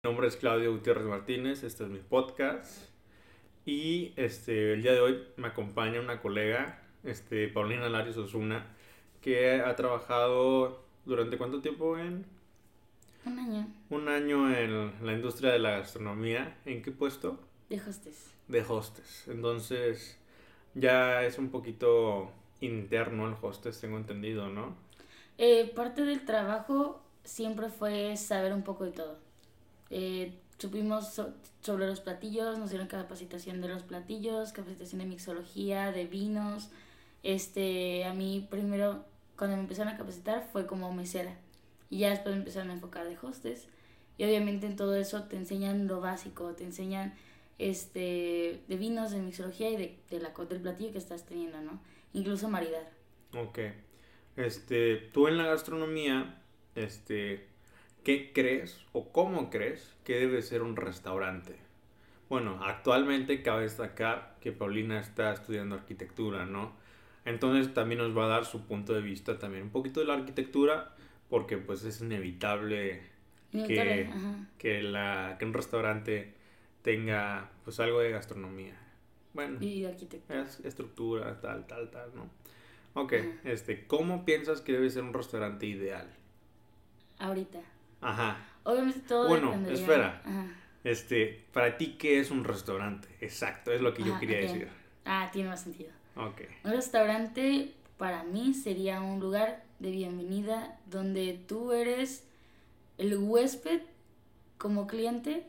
Mi nombre es Claudio Gutiérrez Martínez, este es mi podcast y el día de hoy me acompaña una colega, Paulina Larios Osuna, que ha trabajado durante ¿cuánto tiempo? En Un año un año en la industria de la gastronomía. ¿En qué puesto? de hostess. De hostess. Entonces ya es un poquito interno el hostess, tengo entendido, ¿no? Parte del trabajo siempre fue saber un poco de todo. Supimos sobre los platillos, nos dieron capacitación de los platillos, capacitación de mixología, de vinos. A mí primero, cuando me empezaron a capacitar, fue como mesera. Y ya después me empezaron a enfocar de hostess. Y obviamente en todo eso te enseñan lo básico, te enseñan de vinos, de mixología y del platillo que estás teniendo, ¿no? Incluso maridar. Ok. Tú en la gastronomía, ¿qué crees o cómo crees que debe ser un restaurante? Bueno, actualmente cabe destacar que Paulina está estudiando arquitectura, ¿no? Entonces también nos va a dar su punto de vista también un poquito de la arquitectura, porque pues es inevitable Inventarle, que, ajá. que un restaurante tenga pues algo de gastronomía. Bueno, Y de arquitectura. es estructura, tal, ¿no? Ok, Ajá. ¿cómo piensas que debe ser un restaurante ideal? Ahorita. Ajá. Obviamente todo Bueno, dependería. espera. Ajá. Para ti, ¿qué es un restaurante? Exacto, es lo que yo Ajá, quería ok. decir. Tiene más sentido. Ok. Un restaurante para mí sería un lugar de bienvenida donde tú eres el huésped como cliente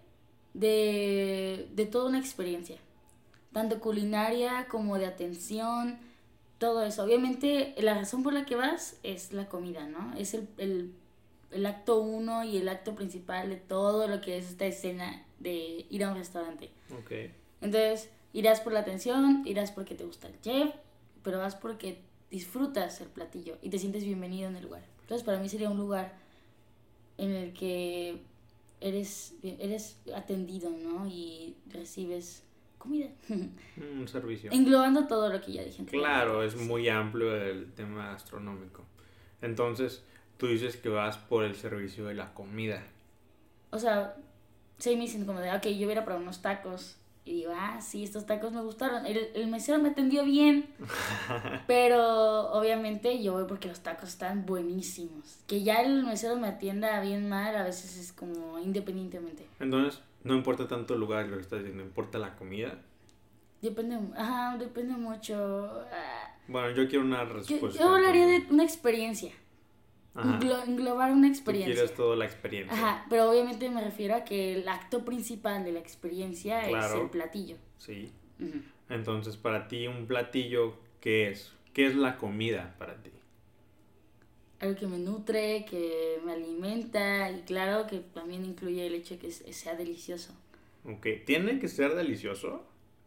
de toda una experiencia, tanto culinaria como de atención, todo eso. Obviamente la razón por la que vas es la comida, ¿no? Es el acto uno y el acto principal de todo lo que es esta escena de ir a un restaurante. Ok. Entonces, irás por la atención, irás porque te gusta el chef, pero vas porque disfrutas el platillo y te sientes bienvenido en el lugar. Entonces, para mí sería un lugar en el que eres atendido, ¿no? Y recibes comida. Un servicio. Englobando todo lo que ya dije Claro, anteriormente, es sí. muy amplio el tema gastronómico. Entonces, tú dices que vas por el servicio de la comida. O sea, sí me dicen como de, ok, yo voy a ir a probar unos tacos. Y digo, sí, estos tacos me gustaron. El mesero me atendió bien. Pero obviamente yo voy porque los tacos están buenísimos. Que ya el mesero me atienda bien mal, a veces es como independientemente. Entonces, no importa tanto el lugar, lo que estás diciendo, importa la comida. Depende mucho. Bueno, yo quiero una Yo respuesta hablaría entonces. de una experiencia. Ajá. Englobar una Tú experiencia. quieres toda la experiencia. Ajá, pero obviamente me refiero a que el acto principal de la experiencia es el Claro, platillo. sí. Ujú. Entonces, para ti, un platillo, ¿qué es? ¿Qué es la comida para ti? Algo que me nutre, que me alimenta y claro que también incluye el hecho de que sea delicioso. Ok, ¿tiene que ser delicioso?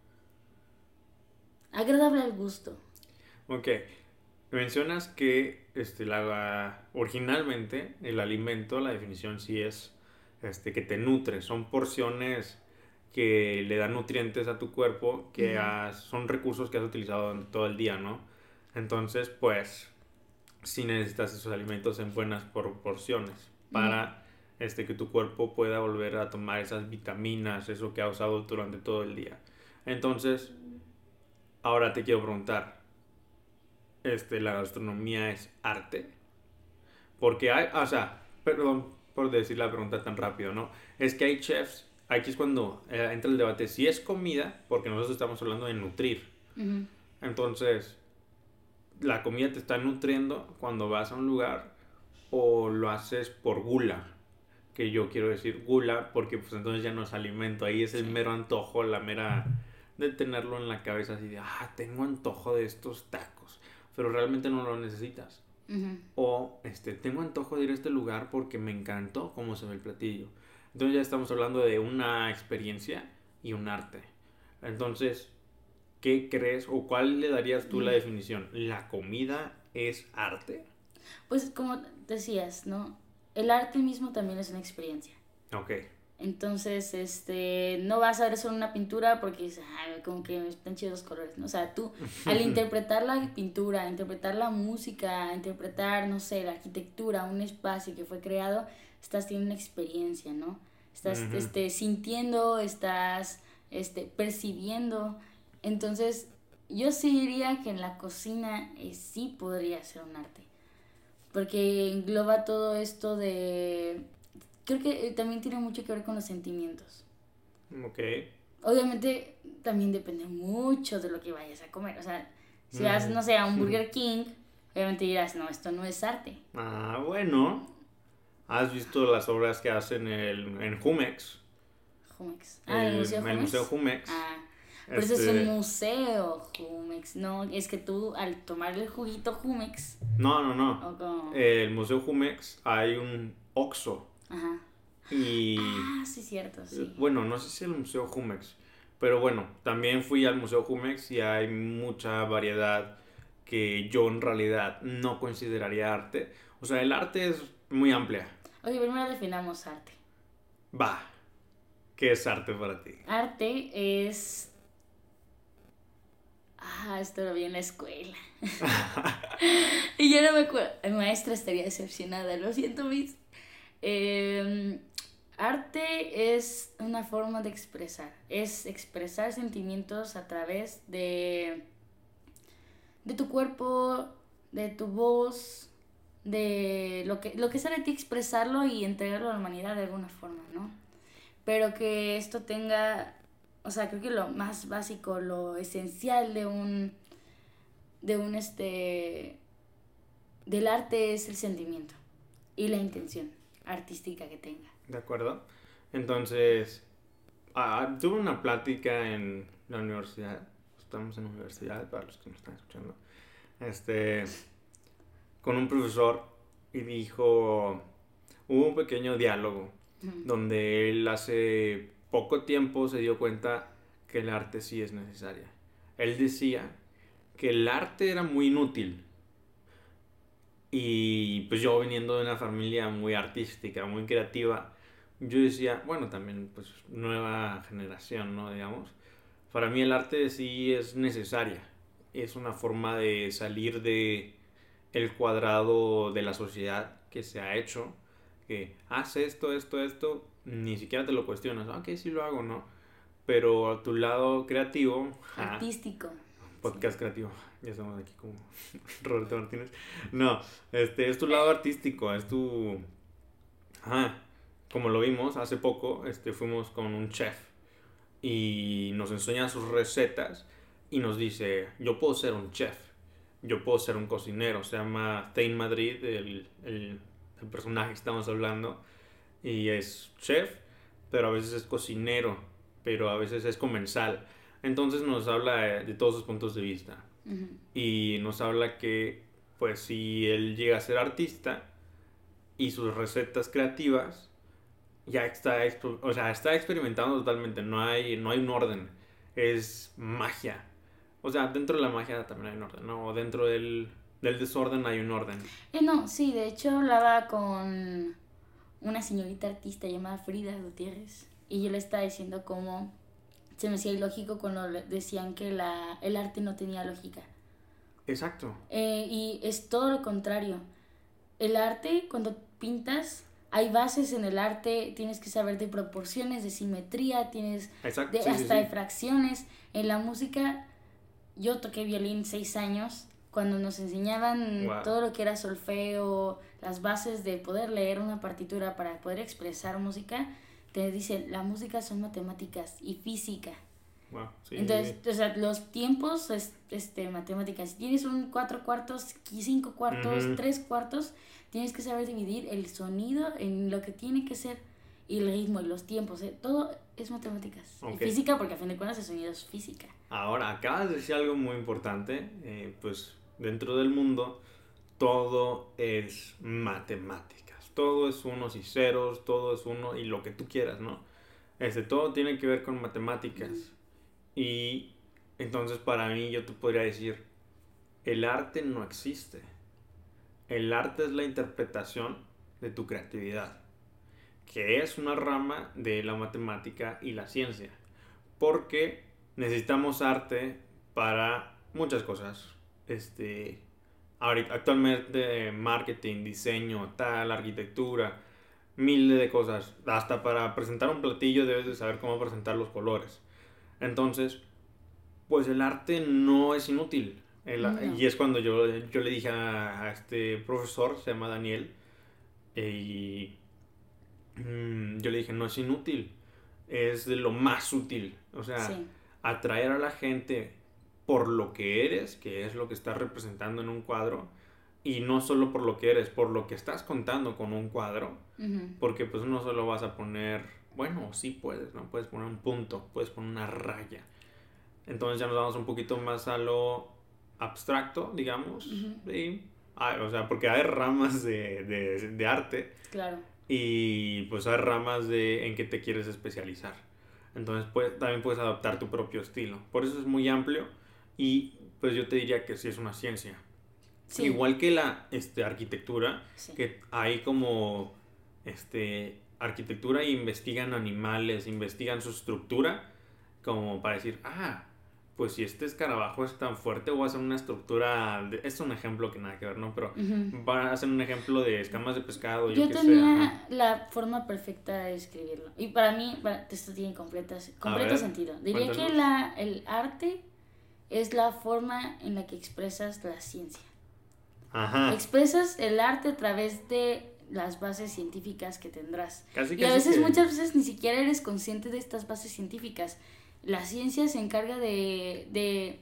Agradable al gusto. Ok, mencionas que originalmente el alimento, la definición sí es que te nutre, son porciones que le dan nutrientes a tu cuerpo, que Ujú. son recursos que has utilizado en todo el día, ¿no? Entonces, pues, si necesitas esos alimentos en buenas porciones Ujú. para que tu cuerpo pueda volver a tomar esas vitaminas, eso que ha usado durante todo el día. Entonces, ahora te quiero preguntar, ¿la gastronomía es arte? Porque hay, o sea, perdón por decir la pregunta tan rápido, ¿no? Es que hay chefs, aquí es cuando entra el debate, si es comida, porque nosotros estamos hablando de nutrir. Ujú. Entonces, ¿la comida te está nutriendo cuando vas a un lugar o lo haces por gula? Que yo quiero decir gula porque pues entonces ya no es alimento, ahí es el Sí. mero antojo, la mera de tenerlo en la cabeza así de, tengo antojo de estos tacos, pero realmente no lo necesitas. Ujú. O tengo antojo de ir a este lugar porque me encantó cómo se ve el platillo. Entonces ya estamos hablando de una experiencia y un arte. Entonces, ¿qué crees o cuál le darías tú la Ujú. definición? ¿La comida es arte? Pues como decías, ¿no? El arte mismo también es una experiencia. Ok. Entonces, no vas a ver solo una pintura porque dices, como que están chidos los colores, ¿no? O sea, tú al interpretar la pintura, interpretar la música, interpretar, no sé, la arquitectura, un espacio que fue creado, estás teniendo una experiencia, ¿no? estás sintiendo, estás percibiendo. Entonces, yo sí diría que en la cocina sí podría ser un arte, porque engloba todo esto de... Creo que también tiene mucho que ver con los sentimientos. Ok. Obviamente también depende mucho de lo que vayas a comer. O sea, si vas, no sé, a un Burger King, obviamente dirás, no, esto no es arte. Ah, bueno. ¿Has visto las obras que hacen en Jumex? Jumex. Ah, el Museo El Museo Jumex. Jumex. Ah, pero eso es un museo Jumex. No, es que tú al tomar el juguito Jumex. No, no, no. O como... El Museo Jumex hay un Oxxo. Ajá. Y Ah, sí, cierto, sí. bueno, no sé si el Museo Jumex, pero bueno, también fui al Museo Jumex y hay mucha variedad que yo en realidad no consideraría arte. O sea, el arte es muy amplia. Oye, primero definamos arte. Va, ¿qué es arte para ti? Arte es... Ah, esto lo vi en la escuela. Y yo no me acuerdo. Mi maestra estaría decepcionada, lo siento, Miss. Arte es una forma de expresar. Es expresar sentimientos a través de tu cuerpo, de tu voz, de lo que sale de ti, expresarlo y entregarlo a la humanidad de alguna forma, ¿no? Pero que esto tenga, o sea, creo que lo más básico, lo esencial de un del arte es el sentimiento y la intención artística que tenga. ¿De acuerdo? Entonces, tuve una plática en la universidad. Estamos en la universidad, para los que me están escuchando. Con un profesor y dijo, hubo un pequeño diálogo donde él hace poco tiempo se dio cuenta que el arte sí es necesaria. Él decía que el arte era muy inútil. Y pues yo viniendo de una familia muy artística, muy creativa, yo decía, bueno, también pues nueva generación, ¿no? Digamos, para mí el arte sí es necesaria. Es una forma de salir de el cuadrado de la sociedad que se ha hecho, que hace esto, ni siquiera te lo cuestionas, ok, sí lo hago, ¿no? Pero a tu lado creativo, Artístico. podcast creativo, ya estamos aquí como Roberto Martínez. No, es tu lado artístico, es tu... como lo vimos hace poco, fuimos con un chef y nos enseña sus recetas y nos dice, yo puedo ser un chef, yo puedo ser un cocinero. Se llama Tain Madrid, el personaje que estamos hablando, y es chef, pero a veces es cocinero, pero a veces es comensal. Entonces nos habla de todos sus puntos de vista. Uh-huh. Y nos habla que, pues, si él llega a ser artista y sus recetas creativas, ya está experimentando totalmente. No hay un orden. Es magia. O sea, dentro de la magia también hay un orden, ¿no? O dentro del desorden hay un orden. No, sí, de hecho hablaba con una señorita artista llamada Frida Gutiérrez y yo le estaba diciendo cómo se me hacía ilógico cuando decían que el arte no tenía lógica. Exacto. Y es todo lo contrario. El arte, cuando pintas, hay bases en el arte, tienes que saber de proporciones, de simetría, tienes hasta de fracciones. En la música, yo toqué violín 6 años, cuando nos enseñaban todo lo que era solfeo, las bases de poder leer una partitura para poder expresar música, te dicen, la música son matemáticas y física. Wow, sí, entonces, o sea, los tiempos, matemáticas. Si tienes un 4/4, 5/4, 3/4, tienes que saber dividir el sonido en lo que tiene que ser y el ritmo y los tiempos. Todo es matemáticas. Okay. Y física, porque a fin de cuentas el sonido es física. Ahora, acabas de decir algo muy importante. Pues dentro del mundo todo es matemáticas. Todo es unos y ceros, todo es uno y lo que tú quieras, ¿no? Todo tiene que ver con matemáticas. Y entonces para mí yo te podría decir, el arte no existe. El arte es la interpretación de tu creatividad, que es una rama de la matemática y la ciencia. Porque necesitamos arte para muchas cosas. Actualmente marketing, diseño, tal, arquitectura. miles de cosas. Hasta para presentar un platillo debes de saber cómo presentar los colores. Entonces, pues el arte no es inútil. No. Y es cuando yo le dije a este profesor, se llama Daniel, y yo le dije, no es inútil, es de lo más útil. O sea, Sí, atraer a la gente por lo que eres, que es lo que estás representando en un cuadro, y no solo por lo que eres, por lo que estás contando con un cuadro, porque pues no solo vas a poner, bueno, sí puedes, ¿no? Puedes poner un punto, puedes poner una raya. Entonces ya nos vamos un poquito más a lo abstracto, digamos, y, o sea, porque hay ramas de arte claro. y pues hay ramas de en que te quieres especializar. Entonces también puedes adaptar tu propio estilo. Por eso es muy amplio y pues yo te diría que sí es una ciencia. Sí, Igual que la arquitectura, sí. que hay como arquitectura y investigan animales, investigan su estructura, como para decir, pues si este escarabajo es tan fuerte, voy a hacer una estructura, es un ejemplo que nada que ver, ¿no? Pero van a hacer un ejemplo de escamas de pescado, yo Yo qué sé, ajá. tenía la forma perfecta de escribirlo. Y para mí, esto tiene A completo ver, sentido. Diría que cuéntanos. el arte es la forma en la que expresas la ciencia. Ajá, Expresas el arte a través de las bases científicas que tendrás. casi Y a casi veces, que... muchas veces, ni siquiera eres consciente de estas bases científicas. La ciencia se encarga de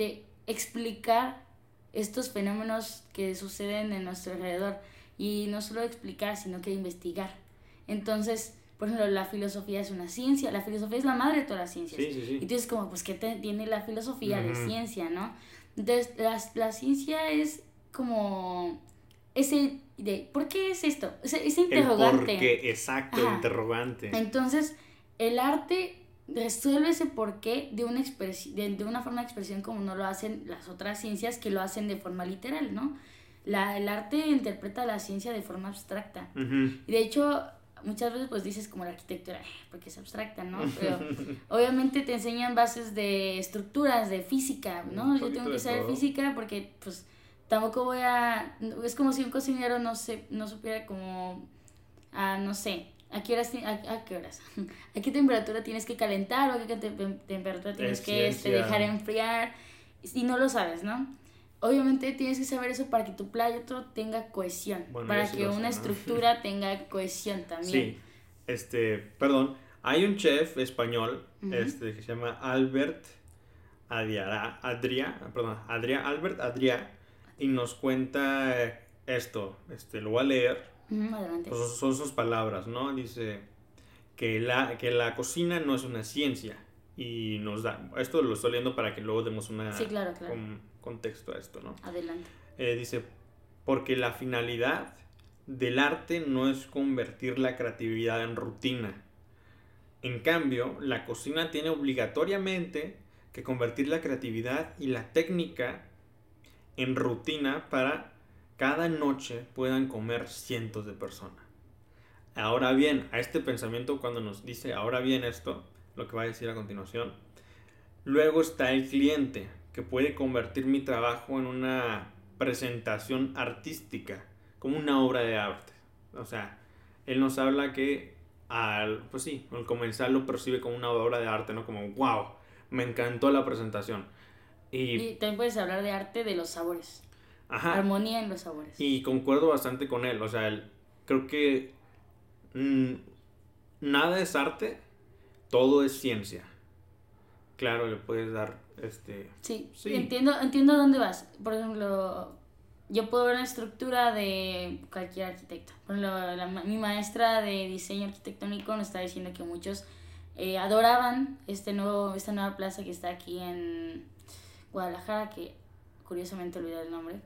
explicar estos fenómenos que suceden en nuestro alrededor. Y no solo de explicar, sino que de investigar. Entonces, por ejemplo, la filosofía es una ciencia. La filosofía es la madre de todas las ciencias. Sí, sí, Y sí. entonces, como, pues, ¿qué tiene la filosofía de Ujú. ciencia, no? Entonces, la ciencia es como ese de ¿por qué es esto? Ese El por interrogante. qué, exacto, el Ajá. interrogante. Entonces, el arte resuelve ese por qué de de una forma de expresión como no lo hacen las otras ciencias que lo hacen de forma literal, ¿no? El arte interpreta la ciencia de forma abstracta. Ujú. Y de hecho, muchas veces pues dices como la arquitectura, porque es abstracta, ¿no? Pero obviamente te enseñan bases de estructuras, de física, Un ¿no? Yo tengo poquito que de saber todo. física porque pues tampoco voy a... Es como si un cocinero no supiera como... no sé, ¿a qué horas? ¿A qué horas? ¿A qué temperatura tienes que calentar o a qué temperatura tienes Es que dejar ciencia. enfriar? Y no lo sabes, ¿no? Obviamente tienes que saber eso para que tu plato tenga cohesión, Bueno, yo para sí que lo una sé, ¿no? estructura tenga cohesión también. Sí, perdón, hay un chef español, Ujú. que se llama Albert Albert Adrià, y nos cuenta esto, lo voy a leer, Adelante. pues son sus palabras, ¿no? Dice que la cocina no es una ciencia, y nos da, esto lo estoy leyendo para que luego demos Sí, claro, claro. contexto a esto, ¿no? Adelante. Dice, porque la finalidad del arte no es convertir la creatividad en rutina. En cambio, la cocina tiene obligatoriamente que convertir la creatividad y la técnica en rutina para cada noche puedan comer cientos de personas. Ahora bien, a este pensamiento cuando nos dice ahora bien esto, lo que va a decir a continuación, luego está el cliente, que puede convertir mi trabajo en una presentación artística, como una obra de arte. O sea, él nos habla que pues sí, el comensal lo percibe como una obra de arte, ¿no? Como, wow, me encantó la presentación. Y Y, también puedes hablar de arte de los sabores. ajá, Armonía en los sabores. y concuerdo bastante con él. O sea, creo que mm, nada es arte, todo es ciencia. Claro, le puedes dar, Sí, sí, entiendo a dónde vas. Por ejemplo, yo puedo ver una estructura de cualquier arquitecto. Por ejemplo, mi maestra de diseño arquitectónico nos está diciendo que muchos adoraban esta nueva plaza que está aquí en Guadalajara, que curiosamente olvidé el nombre.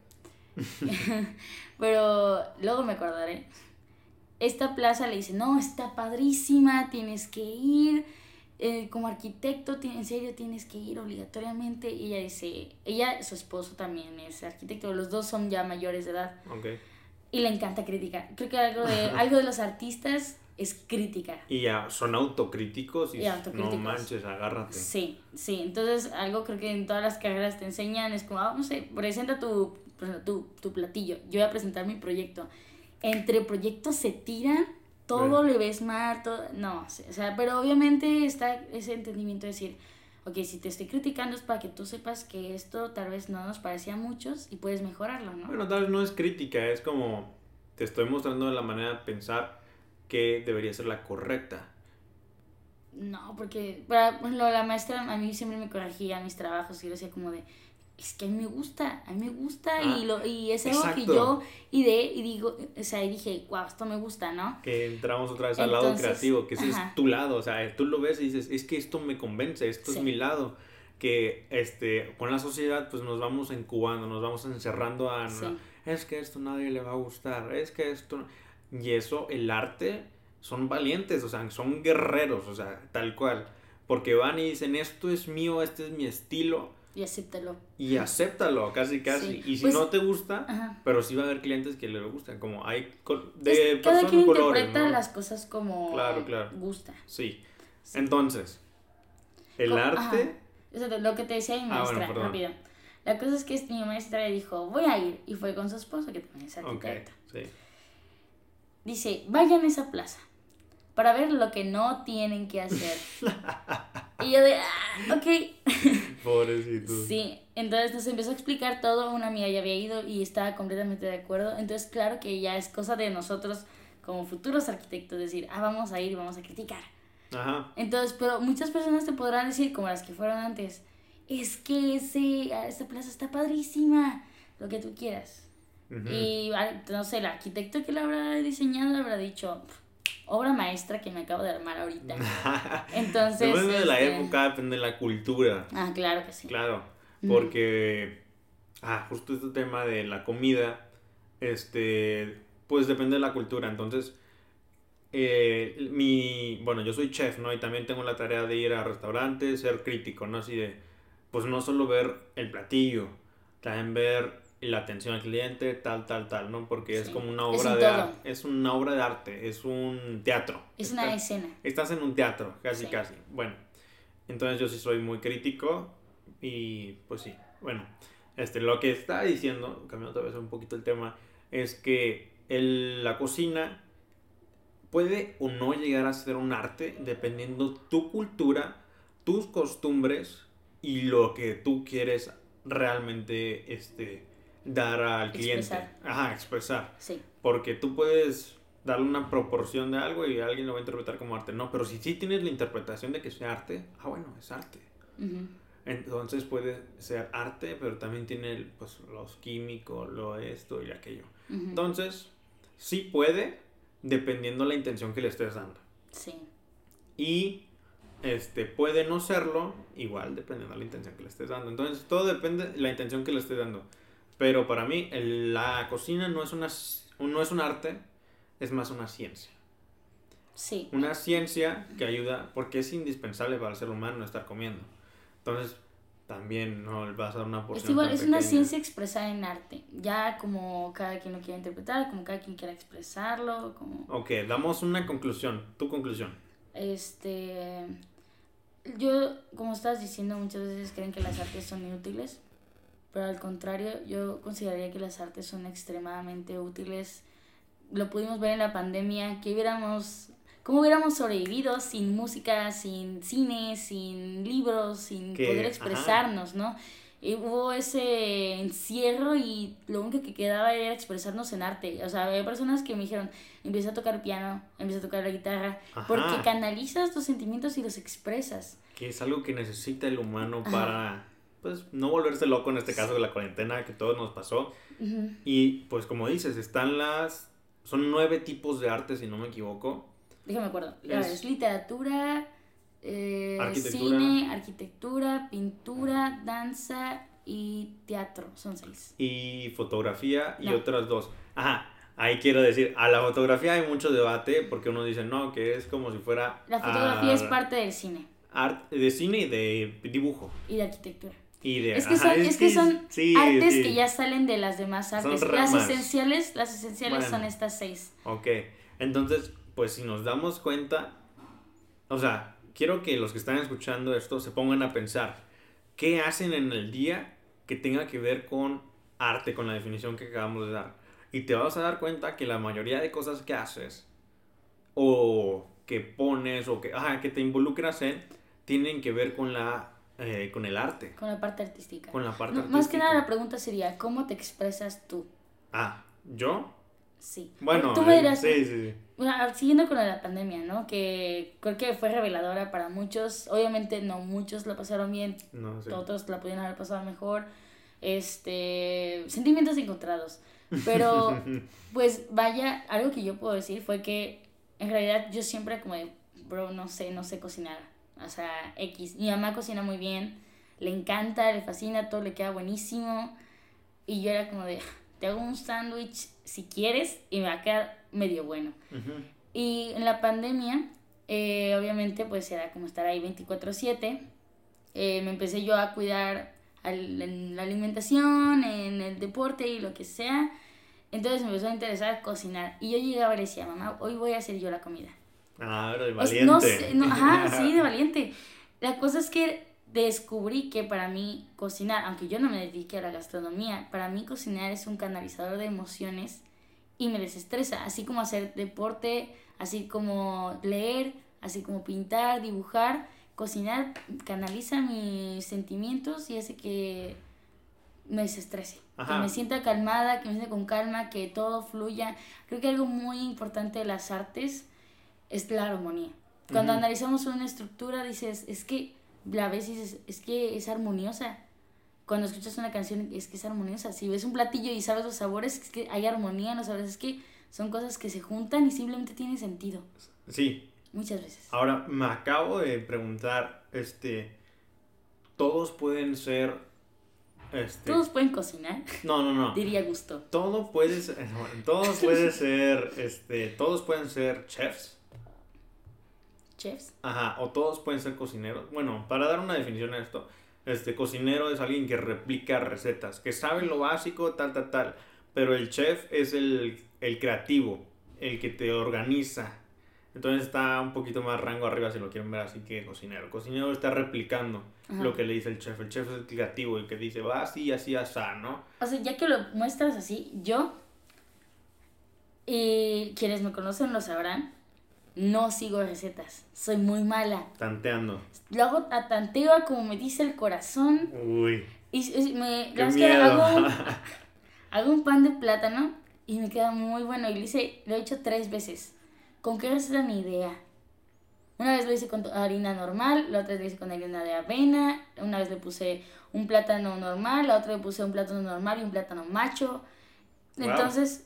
Pero luego me acordaré. Esta plaza le dice, no, está padrísima, tienes que ir. Como arquitecto, en serio, tienes que ir obligatoriamente. Y ella dice, su esposo también es arquitecto, los dos son ya mayores de edad. ok. Y le encanta criticar. Creo que algo de los artistas es criticar. Y ya son autocríticos y Y no autocríticos. manches, agárrate. Sí, sí. Entonces, algo creo que en todas las carreras te enseñan es como, no sé, presenta tu platillo. Yo voy a presentar mi proyecto. Entre proyectos se tiran todo le ves mal, todo, no, o sea, pero obviamente está ese entendimiento de decir, ok, si te estoy criticando es para que tú sepas que esto tal vez no nos parecía a muchos y puedes mejorarlo, ¿no? Bueno, tal vez no es crítica, es como te estoy mostrando la manera de pensar que debería ser la correcta. No, porque, por ejemplo, la maestra a mí siempre me corregía mis trabajos y yo decía como de, es que a mí me gusta y es algo que exacto. yo ideé y digo, o sea, y dije, wow, esto me gusta, ¿no? Que entramos otra vez al lado creativo, que ese es tu lado, o sea, tú lo ves y dices, es que esto me convence, esto es mi lado. Que con la sociedad pues nos vamos incubando, nos vamos encerrando a es que esto nadie le va a gustar, es que esto, y eso, el arte, son valientes, o sea, son guerreros, o sea, tal cual, porque van y dicen, esto es mío, este es mi estilo, y acéptalo. Y acéptalo, casi. Sí. Y si pues, no te gusta, pero sí va a haber clientes que les gustan. Como hay de pues, cada quien colores, interpreta, ¿no? las cosas como claro. gusta. Sí. Entonces, el arte... Eso, lo que te decía mi maestra, rápido. La cosa es que mi maestra le dijo, voy a ir. Y fue con su esposo, que también es arquitecto. Sí. Dice, vayan a esa plaza para ver lo que no tienen que hacer. Y yo de, ok. Pobrecito. Sí, entonces nos empezó a explicar todo. Una amiga ya había ido y estaba completamente de acuerdo. Entonces, claro que ya es cosa de nosotros como futuros arquitectos decir, vamos a ir y vamos a criticar. Ajá. Entonces, pero muchas personas te podrán decir, como las que fueron antes, es que esa plaza está padrísima, lo que tú quieras. Uh-huh. Y no sé, el arquitecto que la habrá diseñado habrá dicho, obra maestra que me acabo de armar ahorita. Entonces, depende de la época, depende de la cultura. Claro que sí. Claro, porque justo este tema de la comida, pues depende de la cultura. Entonces, yo soy chef, ¿no? Y también tengo la tarea de ir a restaurantes, ser crítico, ¿no? Así de, pues no solo ver el platillo, también ver la atención al cliente, tal, ¿no? Porque es como una obra de arte. Es una obra de arte, es un teatro. Es una escena. Estás en un teatro, casi. Bueno, entonces yo sí soy muy crítico y pues sí, bueno, lo que está diciendo, cambiando otra vez un poquito el tema, es que la cocina puede o no llegar a ser un arte dependiendo tu cultura, tus costumbres y lo que tú quieres realmente dar al cliente. Expresar. Sí. Porque tú puedes darle una proporción de algo y alguien lo va a interpretar como arte. No, pero si sí tienes la interpretación de que sea arte, bueno, es arte. Uh-huh. Entonces puede ser arte, pero también tiene pues los químicos, lo esto y aquello. Uh-huh. Entonces, sí puede, dependiendo la intención que le estés dando. Sí. Y puede no serlo, igual dependiendo de la intención que le estés dando. Entonces, todo depende de la intención que le estés dando. Pero para mí, la cocina no es un arte, es más una ciencia. Sí. Una ciencia que ayuda, porque es indispensable para el ser humano estar comiendo. Entonces, también no vas a dar una porción. Es una ciencia expresada en arte. Ya como cada quien lo quiera interpretar, como cada quien quiera expresarlo. Ok, damos una conclusión. Tu conclusión. Yo, como estás diciendo, muchas veces creen que las artes son inútiles. Pero al contrario, yo consideraría que las artes son extremadamente útiles. Lo pudimos ver en la pandemia, cómo hubiéramos sobrevivido sin música, sin cine, sin libros, sin poder expresarnos, ¿no? Y hubo ese encierro y lo único que quedaba era expresarnos en arte. O sea, había personas que me dijeron, empieza a tocar piano, empieza a tocar la guitarra, porque canalizas tus sentimientos y los expresas. Que es algo que necesita el humano para... pues no volverse loco en este caso de la cuarentena que todos nos pasó. Uh-huh. Y pues como dices, son 9 tipos de arte, si no me equivoco. Déjame acuerdo. Es literatura, cine, arquitectura, pintura, danza y teatro. Son 6. Y fotografía y otras 2. Ahí quiero decir, a la fotografía hay mucho debate porque uno dice, no, que es como si fuera... La fotografía es parte del cine. De cine y de dibujo. Y de arquitectura. Es que son artes que ya salen de las demás artes. Las esenciales son estas 6. Ok, entonces, pues si nos damos cuenta, o sea, quiero que los que están escuchando esto se pongan a pensar, ¿qué hacen en el día que tenga que ver con arte, con la definición que acabamos de dar? Y te vas a dar cuenta que la mayoría de cosas que haces o que pones o que te involucras en tienen que ver con el arte, Con la parte artística. con la parte No, artística. más que nada la pregunta sería, ¿cómo te expresas tú? ¿Yo? Sí. Bueno, Tú me dirás, sí. bueno, siguiendo con la pandemia, ¿no? Que creo que fue reveladora para muchos. Obviamente no muchos la pasaron bien, No sé. otros la pudieron haber pasado mejor. Sentimientos encontrados. Pero, pues vaya, algo que yo puedo decir fue que en realidad yo siempre como de, bro, no sé cocinar. O sea, X. Mi mamá cocina muy bien, le encanta, le fascina, todo le queda buenísimo. Y yo era como de, te hago un sándwich si quieres y me va a quedar medio bueno. Uh-huh. Y en la pandemia, obviamente, pues era como estar ahí 24/7. Me empecé yo a cuidar en la alimentación, en el deporte y lo que sea. Entonces me empezó a interesar cocinar. Y yo llegaba y le decía, mamá, hoy voy a hacer yo la comida. Era de O sea, valiente. no sé, no, ajá, sí, de valiente. La cosa es que descubrí que para mí cocinar, aunque yo no me dedique a la gastronomía, para mí cocinar es un canalizador de emociones y me desestresa, así como hacer deporte, así como leer, así como pintar, dibujar. Cocinar canaliza mis sentimientos y hace que me desestrese, Ajá. que me sienta calmada, que me sienta con calma, que todo fluya. Creo que algo muy importante de las artes es la armonía. Cuando analizamos una estructura dices, es que la ves y dices, es que es armoniosa. Cuando escuchas una canción es que es armoniosa. Si ves un platillo y sabes los sabores, es que hay armonía en los sabores. Es que son cosas que se juntan y simplemente tienen sentido. Sí. Muchas veces. Ahora, me acabo de preguntar, todos pueden ser, Todos pueden cocinar. No. Diría Gusto. Todos pueden ser chefs. Chefs. Ajá, o todos pueden ser cocineros. Bueno, para dar una definición a esto, cocinero es alguien que replica recetas, que sabe lo básico, tal, pero el chef es el creativo, el que te organiza. Entonces está un poquito más rango arriba si lo quieren ver así que cocinero. Cocinero está replicando lo que le dice el chef. El chef es el creativo, el que dice, va así, así, así, ¿no? O sea, ya que lo muestras así, yo, y quienes me conocen lo sabrán, no sigo recetas. Soy muy mala. Tanteando. Lo hago a tanteo a como me dice el corazón. Uy. Y qué miedo. Hago un pan de plátano y me queda muy bueno. Y lo he hecho 3 veces. ¿Con qué receta? Ni idea. Una vez lo hice con harina normal, la otra vez lo hice con harina de avena, una vez le puse un plátano normal, la otra le puse un plátano normal y un plátano macho. Wow. Entonces,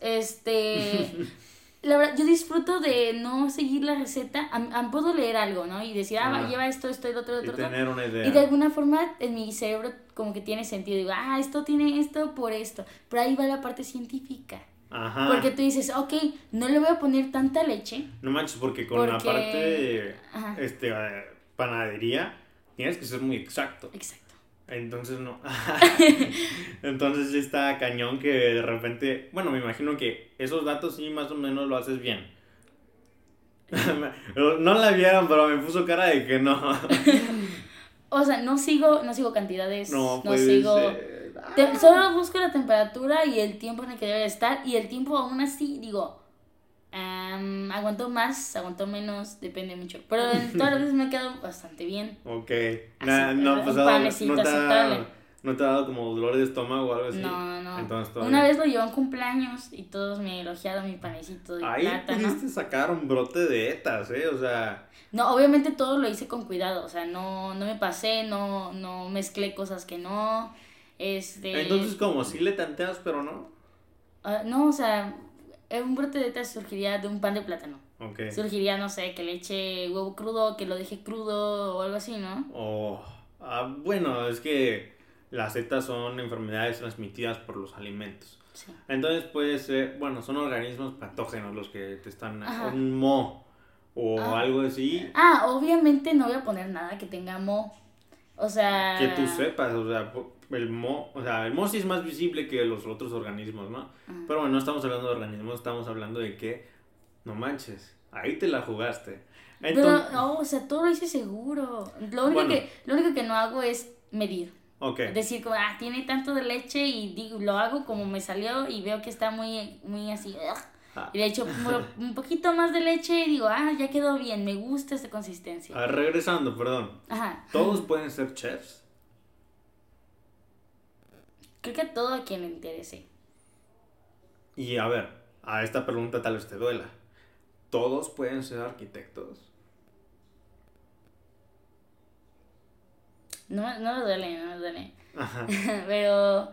la verdad, yo disfruto de no seguir la receta. Puedo leer algo, ¿no? Y decir, lleva esto, el otro. Y tener una idea. Y de alguna forma en mi cerebro como que tiene sentido. Digo, esto tiene esto por esto. Pero ahí va la parte científica. Ajá. Porque tú dices, ok, no le voy a poner tanta leche. No manches, porque la parte panadería tienes que ser muy exacto. Exacto. Entonces no. Entonces sí está cañón que de repente, bueno, me imagino que esos datos sí más o menos lo haces bien. No la vieron, pero me puso cara de que no. O sea, no sigo cantidades, no sigo ser. Solo busco la temperatura y el tiempo en el que debe estar. Y el tiempo aún así, digo, aguantó más, aguantó menos, depende mucho. Pero todas las veces me ha quedado bastante bien. Ok. Panecito aceptable. ¿No te ha dado como dolor de estómago o algo así? No. Entonces, una vez lo llevé a un cumpleaños y todos me elogiaron mi panecito de plátano. Ahí pudiste sacar un brote de etas, o sea... No, obviamente todo lo hice con cuidado, o sea, no me pasé, no mezclé cosas que no, Entonces, ¿cómo? ¿Sí le tanteas, pero no? No, o sea, un brote de etas surgiría de un pan de plátano. Okay. Surgiría, no sé, que le eche huevo crudo, que lo deje crudo o algo así, ¿no? Bueno, es que las setas son enfermedades transmitidas por los alimentos. Sí. Entonces puede ser, bueno, son organismos patógenos los que te están... Ajá. Un moho o algo así. Obviamente no voy a poner nada que tenga moho. O sea... Que tú sepas, o sea, el moho sí es más visible que los otros organismos, ¿no? Uh-huh. Pero bueno, no estamos hablando de organismos, estamos hablando de que, no manches, ahí te la jugaste. Entonces, pero, o sea, todo lo hice seguro. Lo único que no hago es medir. Okay. Decir como, tiene tanto de leche y lo hago como me salió y veo que está muy, muy así. Ah. Y le echo un poquito más de leche y digo, ya quedó bien, me gusta esta consistencia. Regresando, perdón. Ajá. ¿Todos pueden ser chefs? Creo que a todo a quien le interese. Y a ver, a esta pregunta tal vez te duela. ¿Todos pueden ser arquitectos? No me duele, no me duele. Ajá. Pero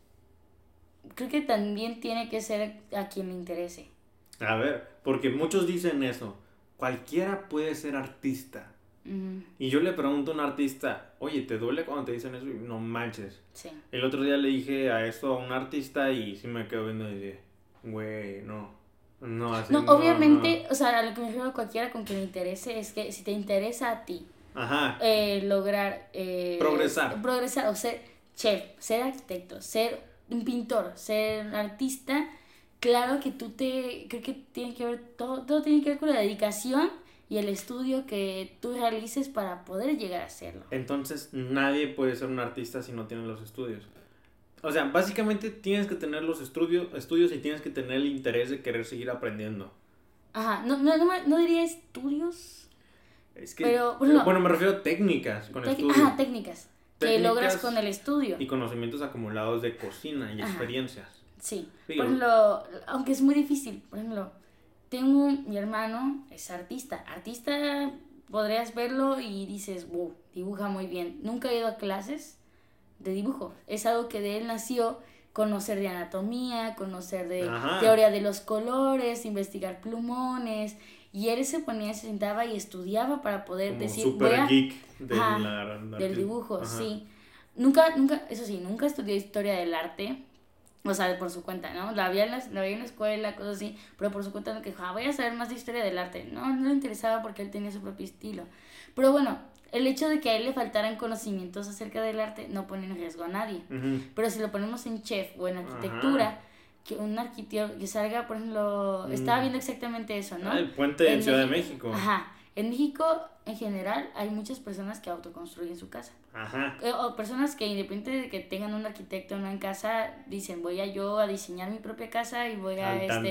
creo que también tiene que ser a quien le interese. A ver, porque muchos dicen eso. Cualquiera puede ser artista. Y yo le pregunto a un artista, oye, ¿te duele cuando te dicen eso? Y no manches. Sí. El otro día le dije a esto a un artista y sí me quedó viendo y dije, güey, no. No, así No, no, obviamente, no. o sea, a lo que me refiero a cualquiera con quien le interese es que si te interesa a ti Ajá. lograr progresar o ser chef, ser arquitecto, ser un pintor, ser artista, claro que creo que tiene que ver, todo tiene que ver con la dedicación y el estudio que tú realices para poder llegar a hacerlo. Entonces nadie puede ser un artista si no tiene los estudios. O sea, básicamente tienes que tener los estudios y tienes que tener el interés de querer seguir aprendiendo. Ajá, no diría estudios, Es que, pero bueno, me refiero a técnicas con estudios. Ajá, técnicas que Técnicas logras con el estudio. Y conocimientos acumulados de cocina y experiencias. Sí, Digo, por ejemplo, aunque es muy difícil, por ejemplo, mi hermano es artista. Artista, podrías verlo y dices, wow, dibuja muy bien. Nunca he ido a clases de dibujo. Es algo que de él nació, conocer de anatomía, conocer de teoría de los colores, investigar plumones. Y él se ponía, se sentaba y estudiaba para poder como decir, super geek del dibujo, sí. Nunca, eso sí, nunca estudió historia del arte. O sea, por su cuenta, ¿no? La veía en la escuela, cosas así, pero por su cuenta no que dijo, voy a saber más de historia del arte. No le interesaba porque él tenía su propio estilo. Pero bueno, el hecho de que a él le faltaran conocimientos acerca del arte no pone en riesgo a nadie. Pero si lo ponemos en chef o en arquitectura, que un arquitecto que salga, por ejemplo, estaba viendo exactamente eso, ¿no? El puente en Ciudad de México. Ajá. En México, en general, hay muchas personas que autoconstruyen su casa. Ajá. O personas que, independiente de que tengan un arquitecto o no en casa, dicen, voy a diseñar mi propia casa y voy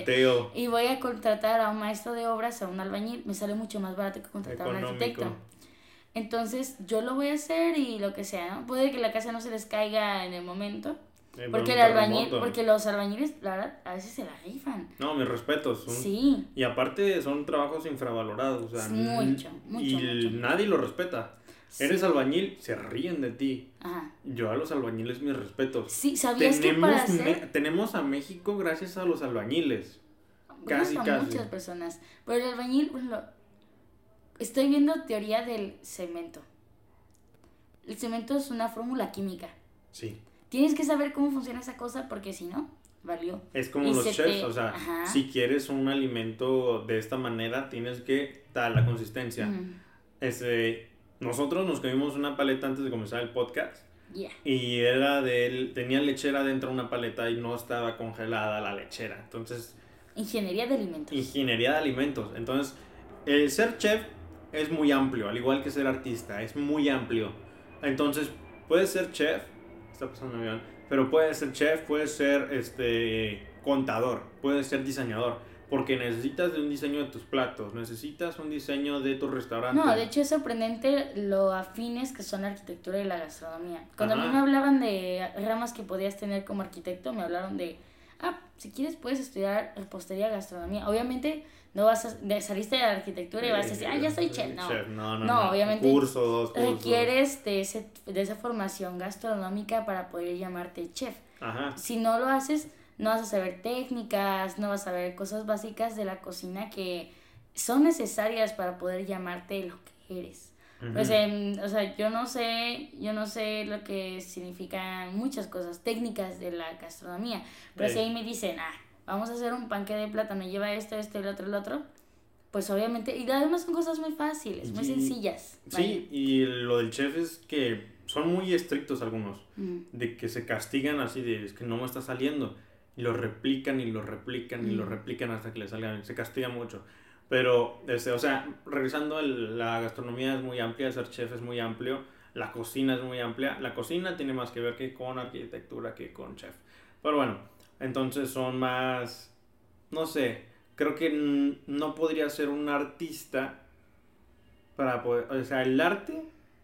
a contratar a un maestro de obras, a un albañil. Me sale mucho más barato que contratar a un arquitecto. Entonces, yo lo voy a hacer y lo que sea, ¿no? Puede que la casa no se les caiga en el momento. Porque los albañiles, la verdad, a veces se la rifan. No, mis respetos. Sí. Y aparte son trabajos infravalorados. O sea, mucho. Nadie lo respeta. Sí. Eres albañil, se ríen de ti. Ajá. Yo a los albañiles mis respetos. Sí, ¿sabías que para hacer... Tenemos a México gracias a los albañiles. Casi. Muchas personas. Pero el albañil, por ejemplo, estoy viendo teoría del cemento. El cemento es una fórmula química. Sí. Tienes que saber cómo funciona esa cosa porque si no, valió. Es como los chefs, o sea, si quieres un alimento de esta manera, tienes que dar la consistencia. Nosotros nos comimos una paleta antes de comenzar el podcast. Yeah. Y tenía lechera dentro de una paleta y no estaba congelada la lechera. Entonces... Ingeniería de alimentos. Entonces, el ser chef es muy amplio, al igual que ser artista, es muy amplio. Entonces, puedes ser chef, está pasando bien, pero puedes ser chef, puedes ser contador, puedes ser diseñador, porque necesitas de un diseño de tus platos, necesitas un diseño de tu restaurante. No, de hecho es sorprendente lo afines que son la arquitectura y la gastronomía. Cuando a mí me hablaban de ramas que podías tener como arquitecto, me hablaron de, si quieres puedes estudiar repostería, gastronomía. Obviamente no saliste de la arquitectura y vas a decir, ya soy chef. No, obviamente dos cursos. Requieres de esa formación gastronómica para poder llamarte chef. Ajá. Si no lo haces, no vas a saber técnicas, no vas a saber cosas básicas de la cocina que son necesarias para poder llamarte lo que eres. Pues, o sea, yo no sé lo que significan muchas cosas técnicas de la gastronomía, pero si ahí me dicen, vamos a hacer un panque de plátano, lleva esto, el otro, pues obviamente, y además son cosas muy fáciles, muy sencillas. Sí, y lo del chef es que son muy estrictos algunos, de que se castigan así, es que no me está saliendo, y lo replican y lo replican y lo replican hasta que le salgan, se castiga mucho. Pero, o sea, regresando, la gastronomía es muy amplia, ser chef es muy amplio, la cocina es muy amplia. La cocina tiene más que ver que con arquitectura que con chef. Pero bueno, entonces son más, no sé, creo que no podría ser un artista para poder, o sea, el arte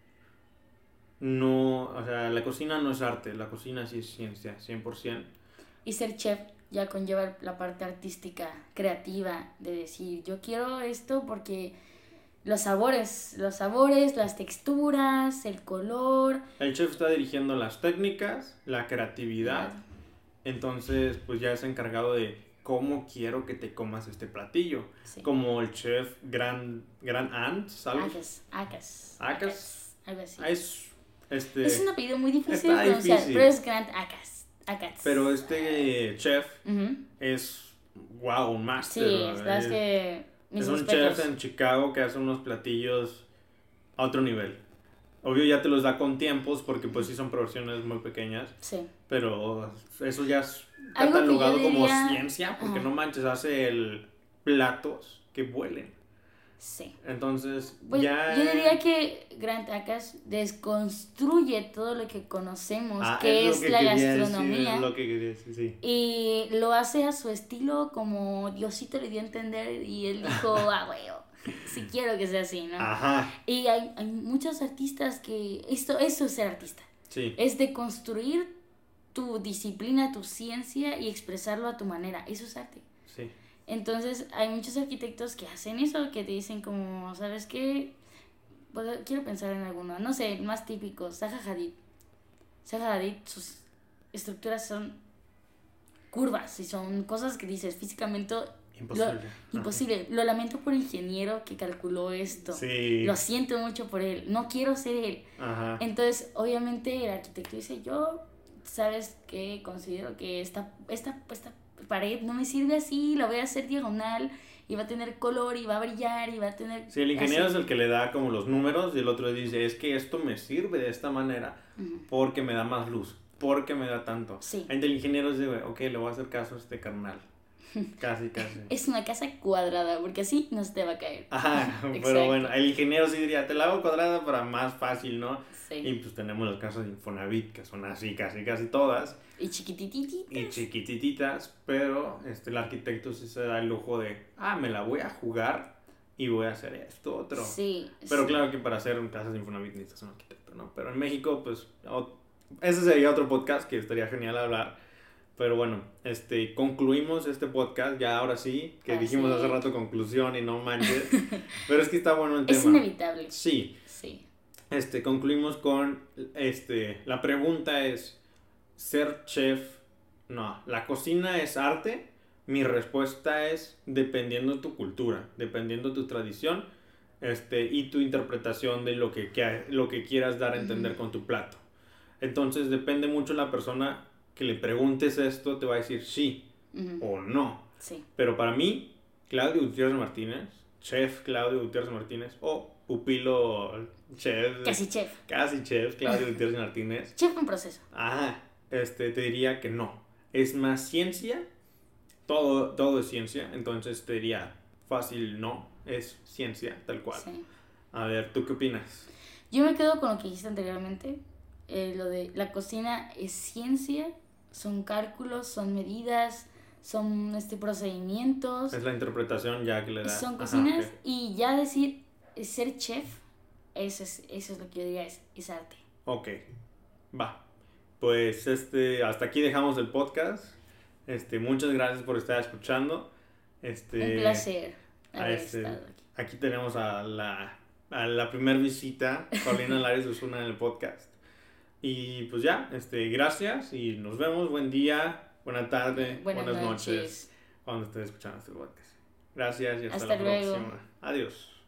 no, o sea, la cocina no es arte, la cocina sí es ciencia, 100%. Y ser chef ya conlleva la parte artística, creativa, de decir, yo quiero esto porque los sabores, las texturas, el color. El chef está dirigiendo las técnicas, la creatividad, entonces pues ya es encargado de cómo quiero que te comas este platillo. Sí. Como el chef Grand Ant, ¿sabes? Acas. Algo así. Es un apellido muy difícil de pronunciar, difícil. pero es Grand Acas. Pero este chef es, wow, un máster. Sí, es que mis es un respetos. chef en Chicago que hace unos platillos a otro nivel. Obvio ya te los da con tiempos porque pues sí son porciones muy pequeñas. Sí. Pero eso ya es Algo que yo catalogado como diría- ciencia porque no manches, hace platos que vuelen. Sí. Entonces, Pues ya... yo diría que Grant Acas desconstruye todo lo que conocemos, que es lo que la quería gastronomía, decir, es lo que quería decir, sí. y lo hace a su estilo, como Diosito le dio a entender y él dijo, huevo, si quiero que sea así, ¿no? Ajá, Y hay muchos artistas que eso es ser artista, sí. es de construir tu disciplina, tu ciencia y expresarlo a tu manera, eso es arte. Sí. Entonces hay muchos arquitectos que hacen eso, que te dicen como, ¿sabes qué? Pues, quiero pensar en alguno, no sé, el más típico, Zaha Hadid. Zaha Hadid, sus estructuras son curvas y son cosas que dices físicamente imposible. Lo lamento por el ingeniero que calculó esto. Sí. Lo siento mucho por él, no quiero ser él. Ajá. Entonces, obviamente el arquitecto dice, yo, ¿sabes qué? Considero que esta pared no me sirve así, la voy a hacer diagonal y va a tener color y va a brillar y va a tener... Sí, el ingeniero así. es el que le da como los números y el otro dice, es que esto me sirve de esta manera porque me da más luz, porque me da tanto. Sí. El ingeniero dice, ok, le voy a hacer caso a este carnal. Casi. Es una casa cuadrada, porque así no se te va a caer. Ajá, pero Exacto. bueno, el ingeniero sí diría, te la hago cuadrada para más fácil, ¿no? Sí. Y pues tenemos los casos de Infonavit, que son así, casi todas. Y chiquitititas. Y chiquitititas, pero el arquitecto sí se da el lujo de, me la voy a jugar y voy a hacer esto, otro. Sí. Pero sí. claro que para hacer un caso de Infonavit necesitas un arquitecto, ¿no? Pero en México, pues, ese sería otro podcast que estaría genial hablar. Pero bueno, concluimos este podcast, ya ahora sí, que dijimos hace rato conclusión y no manches. Pero es que está bueno el tema. Es inevitable. Sí. Sí. Concluimos con, la pregunta es, ¿ser chef? No, ¿la cocina es arte? Mi respuesta es dependiendo tu cultura, dependiendo tu tradición, y tu interpretación de lo que quieras dar a entender con tu plato. Entonces depende mucho la persona que le preguntes esto, te va a decir sí o no. Sí. Pero para mí, Claudio Gutiérrez Martínez, chef Claudio Gutiérrez Martínez, o pupilo chef. Casi chef. Claudio Gutiérrez Martínez. Chef en proceso. Te diría que no. Es más ciencia, todo es ciencia, entonces te diría fácil no, es ciencia, tal cual. Sí. A ver, ¿tú qué opinas? Yo me quedo con lo que dijiste anteriormente, lo de la cocina es ciencia, son cálculos, son medidas, son procedimientos. Es la interpretación ya que le da. Son cocinas. Okay. Y ya decir ser chef, eso es lo que yo diría, es arte. Ok, va. Pues hasta aquí dejamos el podcast. Muchas gracias por estar escuchando. Un placer haber estado aquí. Aquí tenemos a la primer visita, Paulina Lares Osuna, en el podcast. Y pues ya, gracias y nos vemos. Buen día, buena tarde, buenas noches cuando estés escuchando este podcast. Gracias y hasta la luego. próxima. Adiós.